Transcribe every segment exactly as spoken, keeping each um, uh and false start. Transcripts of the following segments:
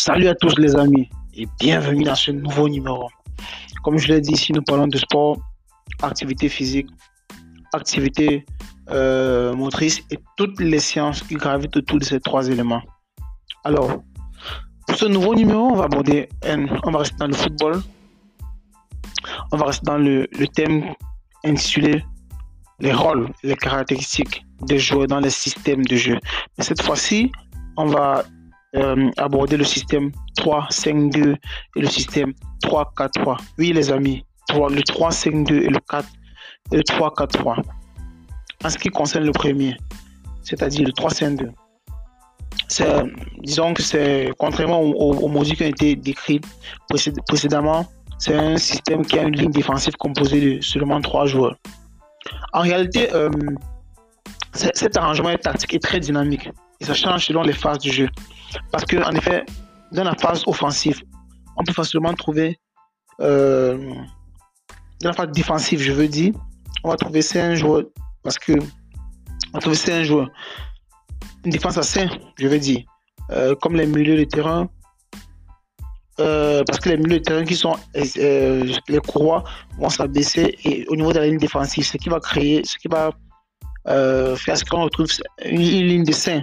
Salut à tous les amis et bienvenue dans ce nouveau numéro. Comme je l'ai dit ici, nous parlons de sport, activité physique, activité euh, motrice et toutes les sciences qui gravitent autour de ces trois éléments. Alors, pour ce nouveau numéro, on va aborder, un, on va rester dans le football, on va rester dans le, le thème intitulé les rôles, les caractéristiques des joueurs dans les systèmes de jeu. Mais cette fois-ci, on va euh, aborder le système trois cinq deux et le système trois quatre trois. Oui, les amis, le trois cinq deux et le, quatre, et le trois quatre trois. En ce qui concerne le premier, c'est-à-dire le trois cinq deux, c'est, disons que c'est, contrairement aux, aux modules qui ont été décrits précédemment, c'est un système qui a une ligne défensive composée de seulement trois joueurs. En réalité, euh, cet arrangement tactique est très dynamique et ça change selon les phases du jeu. Parce que, en effet, dans la phase offensive, on peut facilement trouver, euh, dans la phase défensive, je veux dire, on va trouver cinq joueurs, parce que, on va trouver cinq joueurs, une défense à cinq, je veux dire, euh, comme les milieux de terrain, euh, parce que les milieux de terrain qui sont euh, les courroies vont s'abaisser et au niveau de la ligne défensive, ce qui va créer, ce qui va euh, faire ce qu'on retrouve une, une ligne de cinq.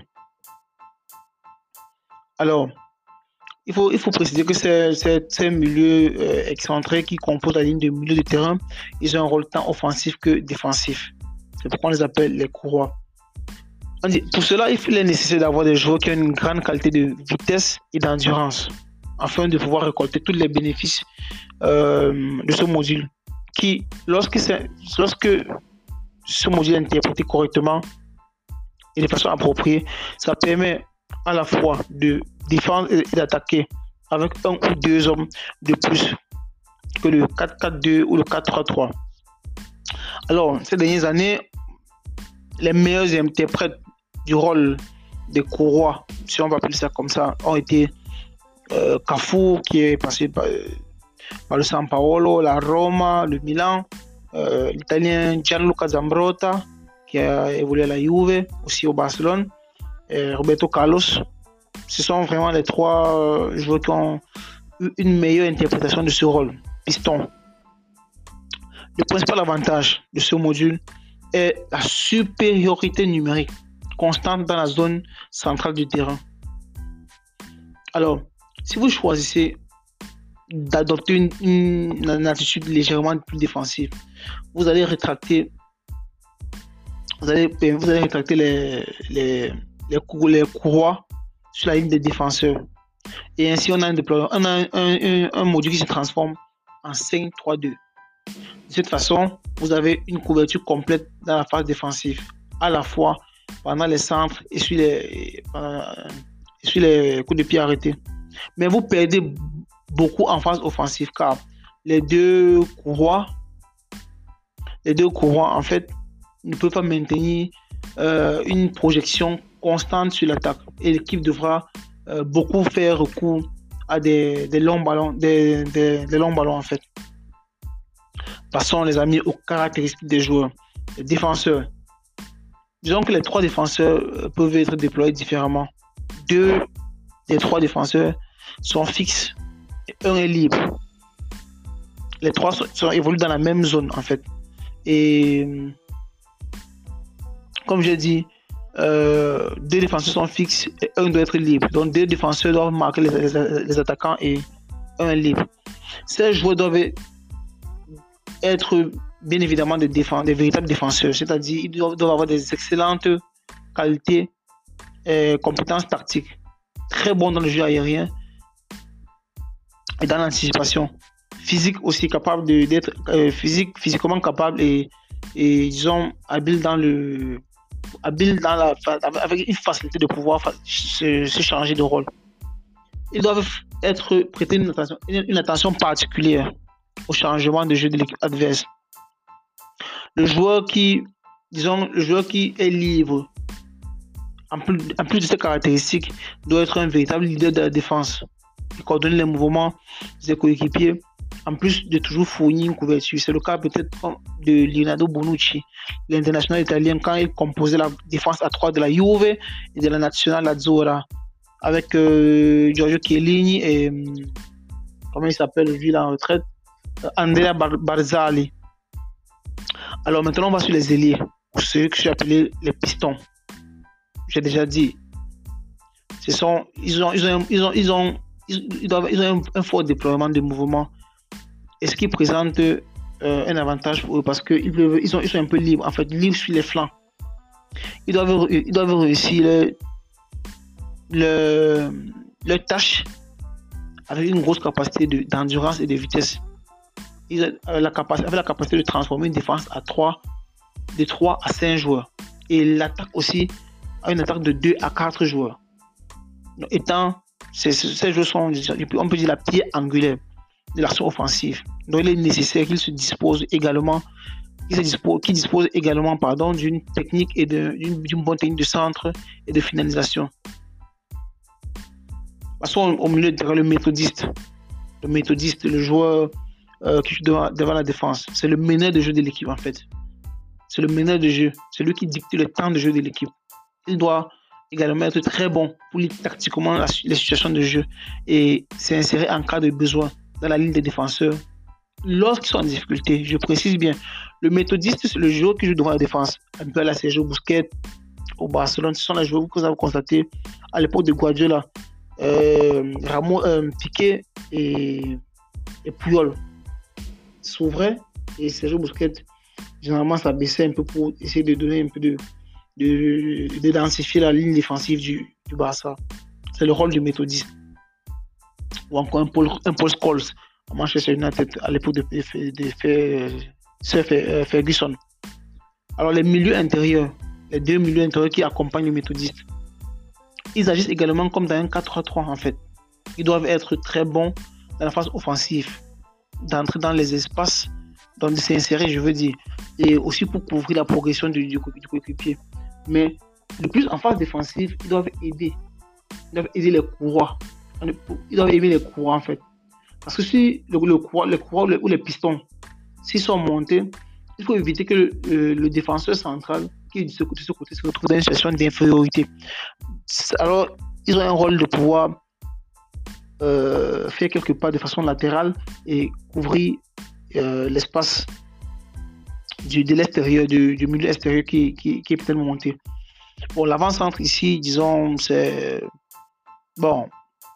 Alors, il faut, il faut préciser que ces, ces, ces milieux euh, excentrés qui composent la ligne de milieu de terrain, ils ont un rôle tant offensif que défensif. C'est pourquoi on les appelle les courroies. On dit, pour cela, il est nécessaire d'avoir des joueurs qui ont une grande qualité de vitesse et d'endurance, afin de pouvoir récolter tous les bénéfices euh, de ce module, qui, lorsque, lorsque ce module est interprété correctement et de façon appropriée, ça permet à la fois de défendre et d'attaquer avec un ou deux hommes de plus que le quatre quatre deux ou le quatre trois trois. Alors, ces dernières années, les meilleurs interprètes du rôle des courroies, si on va appeler ça comme ça, ont été euh, Cafu, qui est passé par, par le San Paolo, la Roma, le Milan, euh, l'italien Gianluca Zambrotta, qui a évolué à la Juve, aussi au Barcelone, et Roberto Carlos. Ce sont vraiment les trois euh, joueurs qui ont eu une meilleure interprétation de ce rôle. Piston. Le principal avantage de ce module est la supériorité numérique constante dans la zone centrale du terrain. Alors, si vous choisissez d'adopter une, une, une attitude légèrement plus défensive, vous allez rétracter, vous allez, vous allez rétracter les, les, les, cour, les courroies sur la ligne des défenseurs. Et ainsi, on a un, déploiement, on a un, un, un, un module qui se transforme en cinq trois deux. De cette façon, vous avez une couverture complète dans la phase défensive, à la fois pendant les centres et sur les, euh, et sur les coups de pied arrêtés. Mais vous perdez beaucoup en phase offensive car les deux courroies, les deux courroies en fait, ne peuvent pas maintenir euh, une projection constante sur l'attaque et l'équipe devra euh, beaucoup faire recours à des, des longs ballons, des, des, des longs ballons en fait. Passons les amis aux caractéristiques des joueurs. Les défenseurs. Disons que les trois défenseurs peuvent être déployés différemment. Deux des trois défenseurs sont fixes et un est libre. Les trois sont, sont évoluent dans la même zone en fait. Et comme je dis, euh, deux défenseurs sont fixes et un doit être libre. Donc deux défenseurs doivent marquer les, les, les attaquants et un est libre. Ces joueurs doivent être bien évidemment des, défens- des véritables défenseurs, c'est-à-dire ils doivent, doivent avoir des excellentes qualités et compétences tactiques, très bons dans le jeu aérien et dans l'anticipation, physique aussi, capable de, d'être euh, physique, physiquement capable et, et disons habile dans le habile dans la, avec une facilité de pouvoir se, se changer de rôle. Ils doivent être prêter une attention, une attention particulière au changement de jeu de l'équipe adverse. Le joueur qui, disons, le joueur qui est libre, en plus, en plus de ces caractéristiques, doit être un véritable leader de la défense. Il coordonne les mouvements de ses coéquipiers, en plus de toujours fournir une couverture. C'est le cas peut-être de Leonardo Bonucci, l'international italien, quand il composait la défense à trois de la Juve et de la Nazionale Azzurra. avec euh, Giorgio Chiellini et euh, comment il s'appelle, lui là en retraite, euh, Andrea Bar- Barzali. Alors maintenant, on va sur les ailiers, ceux que j'ai appelés les pistons. J'ai déjà dit, ce sont, ils ont, ils ont, ils ont, ils ont, ils doivent, ils ont un, un fort déploiement de mouvements, et ce qui présente euh, un avantage pour eux parce qu'ils peuvent, ils sont, ils sont un peu libres, en fait, libres sur les flancs. Ils doivent, ils doivent réussir le, le, leur tâche avec une grosse capacité de, d'endurance et de vitesse. Ils ont la capacité, avec la capacité de transformer une défense à trois, de trois à cinq joueurs. Et l'attaque aussi à une attaque de deux à quatre joueurs. Donc, étant, ces, ces joueurs sont, on peut dire, la pierre angulaire de l'action offensive. Donc, il est nécessaire qu'ils se disposent également, qu'ils se disposent, qu'ils disposent également pardon, d'une technique et de, d'une, d'une bonne technique de centre et de finalisation. Passons au milieu de le méthodiste. Le méthodiste, le joueur euh, qui joue devant, devant la défense. C'est le meneur de jeu de l'équipe, en fait. C'est le meneur de jeu. C'est lui qui dicte le temps de jeu de l'équipe. Il doit également être très bon pour lire tactiquement la, les situations de jeu et s'insérer en cas de besoin dans la ligne des défenseurs lorsqu'ils sont en difficulté. Je précise bien, le méthodiste, c'est le joueur qui joue devant la défense. Un peu à la Sergio Busquets au Barcelone. Ce sont les joueurs que vous avez constaté à l'époque de Guardiola, euh, Ramon, euh, Piqué et, et Puyol. C'est vrai. Et Sergio Busquets, généralement, ça baissait un peu pour essayer de donner un peu de de, de densifier la ligne défensive du, du Barça. C'est le rôle du méthodiste. Ou encore un Paul, un Paul Scholes à Manchester United à l'époque de, de, de, de Ferguson. Alors les milieux intérieurs, les deux milieux intérieurs qui accompagnent le méthodiste, ils agissent également comme dans un quatre trois trois en fait. Ils doivent être très bons dans la phase offensive, d'entrer dans les espaces, donc de s'insérer, je veux dire, et aussi pour couvrir la progression du, du, du coéquipier. Mais le plus en phase défensive, ils doivent aider. Ils doivent aider les courroies. Ils doivent aider les courroies en fait. Parce que si le, le courroie, les courroies ou les pistons, s'ils sont montés, il faut éviter que le, le, le défenseur central qui est de ce côté, de ce côté se retrouve dans une situation d'infériorité. Alors, ils ont un rôle de pouvoir euh, faire quelque part de façon latérale et couvrir euh, l'espace Du, de l'extérieur, du, du milieu extérieur qui, qui, qui est peut-être monté. Bon, l'avant-centre ici, disons, c'est... Bon.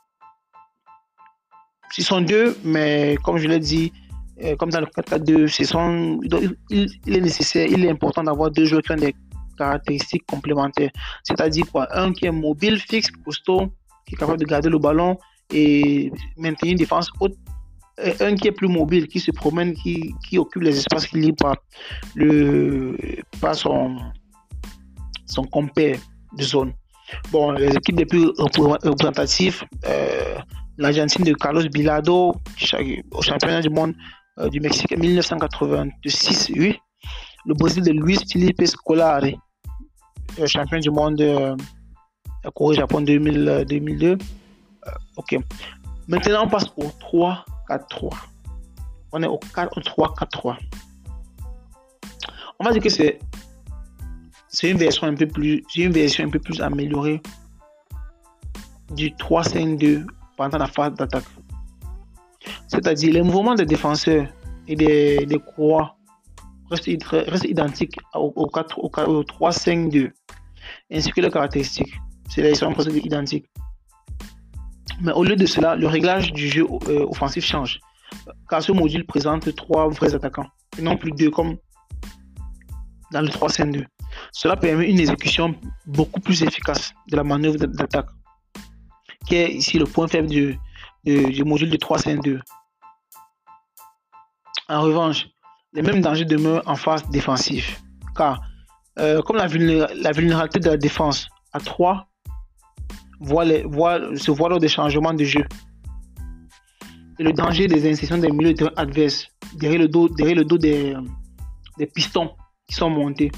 Ils sont deux, mais comme je l'ai dit, euh, comme dans le quatre quatre deux, sont, il, il est nécessaire, il est important d'avoir deux joueurs qui ont des caractéristiques complémentaires. C'est-à-dire quoi? Un qui est mobile, fixe, costaud, qui est capable de garder le ballon et maintenir une défense haute. Un qui est plus mobile, qui se promène, qui, qui occupe les espaces qu'il lit par, le, par son, son compère de zone. Bon, les équipes les plus représentatives, euh, l'Argentine de Carlos Bilardo, au championnat du monde euh, du Mexique en dix-neuf cent quatre-vingt-six, oui. Le Brésil de Luis Felipe Scolari, euh, champion du monde euh, à Corée-Japon deux mille deux. Euh, ok. Maintenant, on passe au trois quatre trois. On est au trois quatre trois. On va dire que c'est c'est une version un peu plus c'est une version un peu plus améliorée du trois cinq deux pendant la phase d'attaque. C'est-à-dire les mouvements des défenseurs et des, des courroies restent, restent identiques au, au, quatre, au, au trois cinq deux ainsi que les caractéristiques. C'est les sont presque identiques. Mais au lieu de cela, le réglage du jeu euh, offensif change, car ce module présente trois vrais attaquants, et non plus deux comme dans le trois cinq deux. Cela permet une exécution beaucoup plus efficace de la manœuvre d'attaque, qui est ici le point faible du, du, du module de trois cinq deux. En revanche, les mêmes dangers demeurent en phase défensive, car euh, comme la, vulnéra- la vulnérabilité de la défense à trois Voit les, voit, se voit lors des changements de jeu. Et le danger des insertions des milieux de terrain adverses derrière le dos, derrière le dos des, des pistons qui sont montés.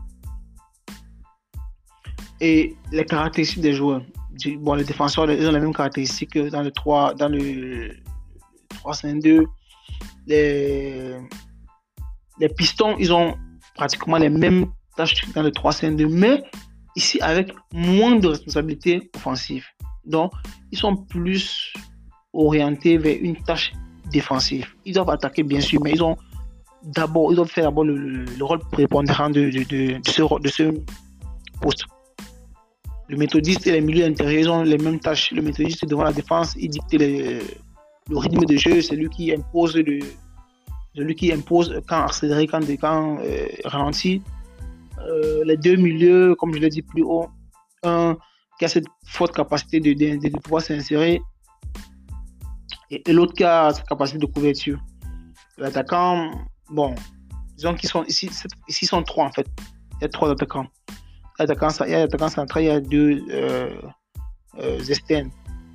Et les caractéristiques des joueurs. Bon, les défenseurs ils ont les mêmes caractéristiques que dans le trois, dans le trois cinq deux. Les, les pistons, ils ont pratiquement les mêmes tâches que dans le trois cinq deux, mais ici avec moins de responsabilités offensives. Donc, ils sont plus orientés vers une tâche défensive. Ils doivent attaquer, bien sûr, mais ils ont d'abord, ils doivent faire d'abord le, le, le rôle prépondérant de, de, de, de, ce, de ce poste. Le méthodiste et les milieux intérieurs, ils ont les mêmes tâches. Le méthodiste est devant la défense, il dicte les, le rythme de jeu, c'est lui qui impose le, celui qui impose quand accélérer, quand, quand euh, ralentir. Euh, les deux milieux, comme je l'ai dit plus haut, un qui a cette forte capacité de, de, de pouvoir s'insérer et, et l'autre qui a cette capacité de couverture. L'attaquant, bon, disons qu'ils sont ici, ici sont trois en fait. Il y a trois attaquants. L'attaquant, il y a l'attaquant central, il y a deux euh, euh, externes.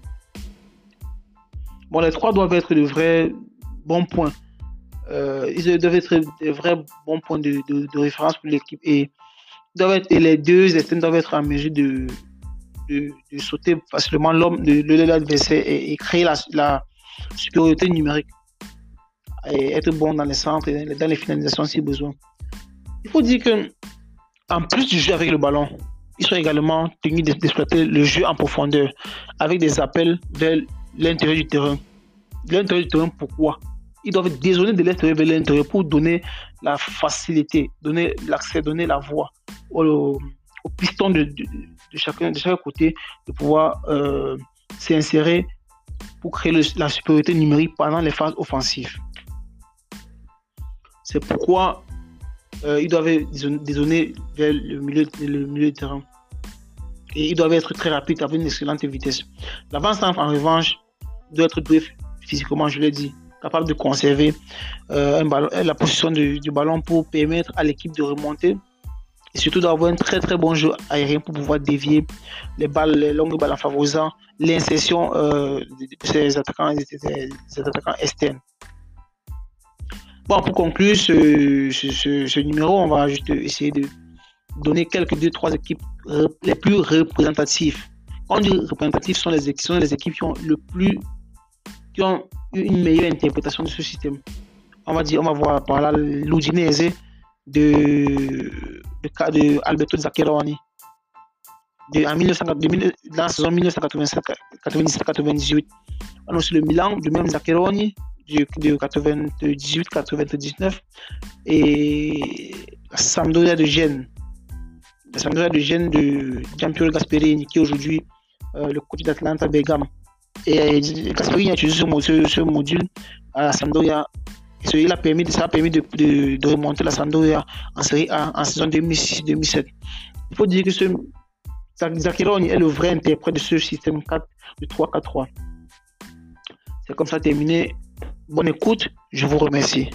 Bon, les trois doivent être de vrais bons points. Euh, ils doivent être des vrais bons points de, de, de référence pour l'équipe et, doivent être, et les deux externes doivent être en mesure de, de, de sauter facilement l'homme de, de l'adversaire et, et créer la, la supériorité numérique et être bon dans les centres et dans les finalisations si besoin. Il faut dire que en plus du jeu avec le ballon, ils sont également tenus d'exploiter le jeu en profondeur avec des appels vers l'intérieur du terrain. L'intérieur du terrain, pourquoi? Ils doivent dézoner de l'extérieur vers l'intérieur pour donner la facilité, donner l'accès, donner la voie au, au piston de, de, de, chacun, de chaque côté, de pouvoir euh, s'insérer pour créer le, la supériorité numérique pendant les phases offensives. C'est pourquoi euh, ils doivent dézoner vers le milieu, le milieu du terrain. Et ils doivent être très rapides avec une excellente vitesse. L'avant-centre, en revanche, doit être doué physiquement, je l'ai dit, capable de conserver euh, un ballon, la position du, du ballon pour permettre à l'équipe de remonter et surtout d'avoir un très très bon jeu aérien pour pouvoir dévier les balles, les longues balles en favorisant l'insertion euh, de ces attaquants, ces attaquants externes. Bon, pour conclure ce, ce, ce, ce numéro, on va juste essayer de donner quelques deux, trois équipes les plus représentatives. Quand on dit représentatives, ce sont les équipes, sont les équipes qui ont le plus, qui ont une meilleure interprétation de ce système. On va dire, on va voir par là l'Udinese de, de, de Alberto Zaccheroni. De, en mille neuf cent, de, dans la saison dix-neuf cent quatre-vingt-sept quatre-vingt-dix-huit. On a aussi le Milan, de même Zaccheroni, de, de quatre-vingt-dix-huit quatre-vingt-dix-neuf. Et la Sampdoria de Gênes. La Sampdoria de Gênes de Giampiero Gasperini, qui est aujourd'hui euh, le coach d'Atlanta Bergame. Et Gasperini a utilisé ce, ce, ce module à la Sampdoria. Et il a permis, ça a permis de, de, de remonter la Sampdoria en série A en saison deux mille six deux mille sept. Il faut dire que ce Zaccheroni est le vrai interprète de ce système quatre, de trois quatre trois. C'est comme ça terminé. Bonne écoute, je vous remercie.